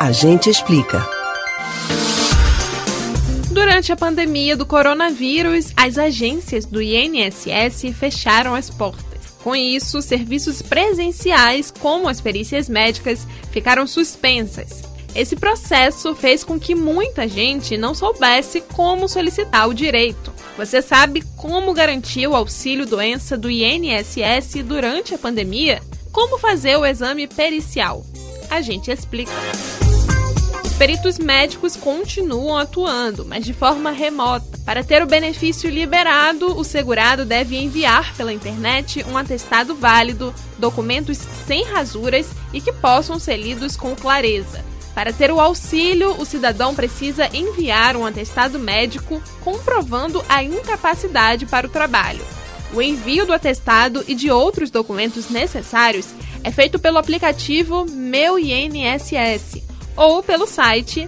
A gente explica. Durante a pandemia do coronavírus, as agências do INSS fecharam as portas. Com isso, serviços presenciais, como as perícias médicas, ficaram suspensas. Esse processo fez com que muita gente não soubesse como solicitar o direito. Você sabe como garantir o auxílio-doença do INSS durante a pandemia? Como fazer o exame pericial? A gente explica. Os peritos médicos continuam atuando, mas de forma remota. Para ter o benefício liberado, o segurado deve enviar pela internet um atestado válido, documentos sem rasuras e que possam ser lidos com clareza. Para ter o auxílio, o cidadão precisa enviar um atestado médico comprovando a incapacidade para o trabalho. O envio do atestado e de outros documentos necessários é feito pelo aplicativo Meu INSS ou pelo site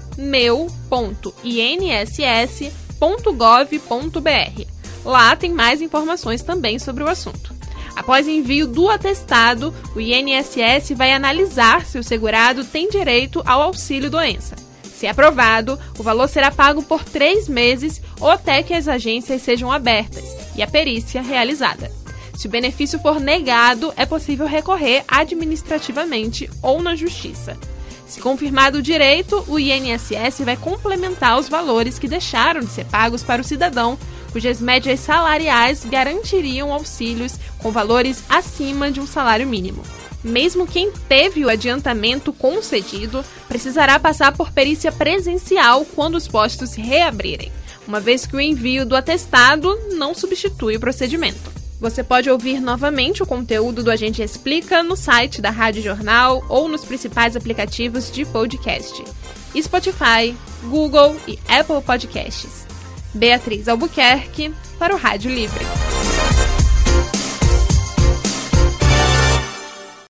meu.inss.gov.br. Lá tem mais informações também sobre o assunto. Após envio do atestado, o INSS vai analisar se o segurado tem direito ao auxílio-doença. Se aprovado, o valor será pago por 3 meses ou até que as agências sejam abertas e a perícia realizada. Se o benefício for negado, é possível recorrer administrativamente ou na justiça. Se confirmado o direito, o INSS vai complementar os valores que deixaram de ser pagos para o cidadão, cujas médias salariais garantiriam auxílios com valores acima de um salário mínimo. Mesmo quem teve o adiantamento concedido, precisará passar por perícia presencial quando os postos reabrirem, uma vez que o envio do atestado não substitui o procedimento. Você pode ouvir novamente o conteúdo do A Gente Explica no site da Rádio Jornal ou nos principais aplicativos de podcast: Spotify, Google e Apple Podcasts. Beatriz Albuquerque, para o Rádio Livre.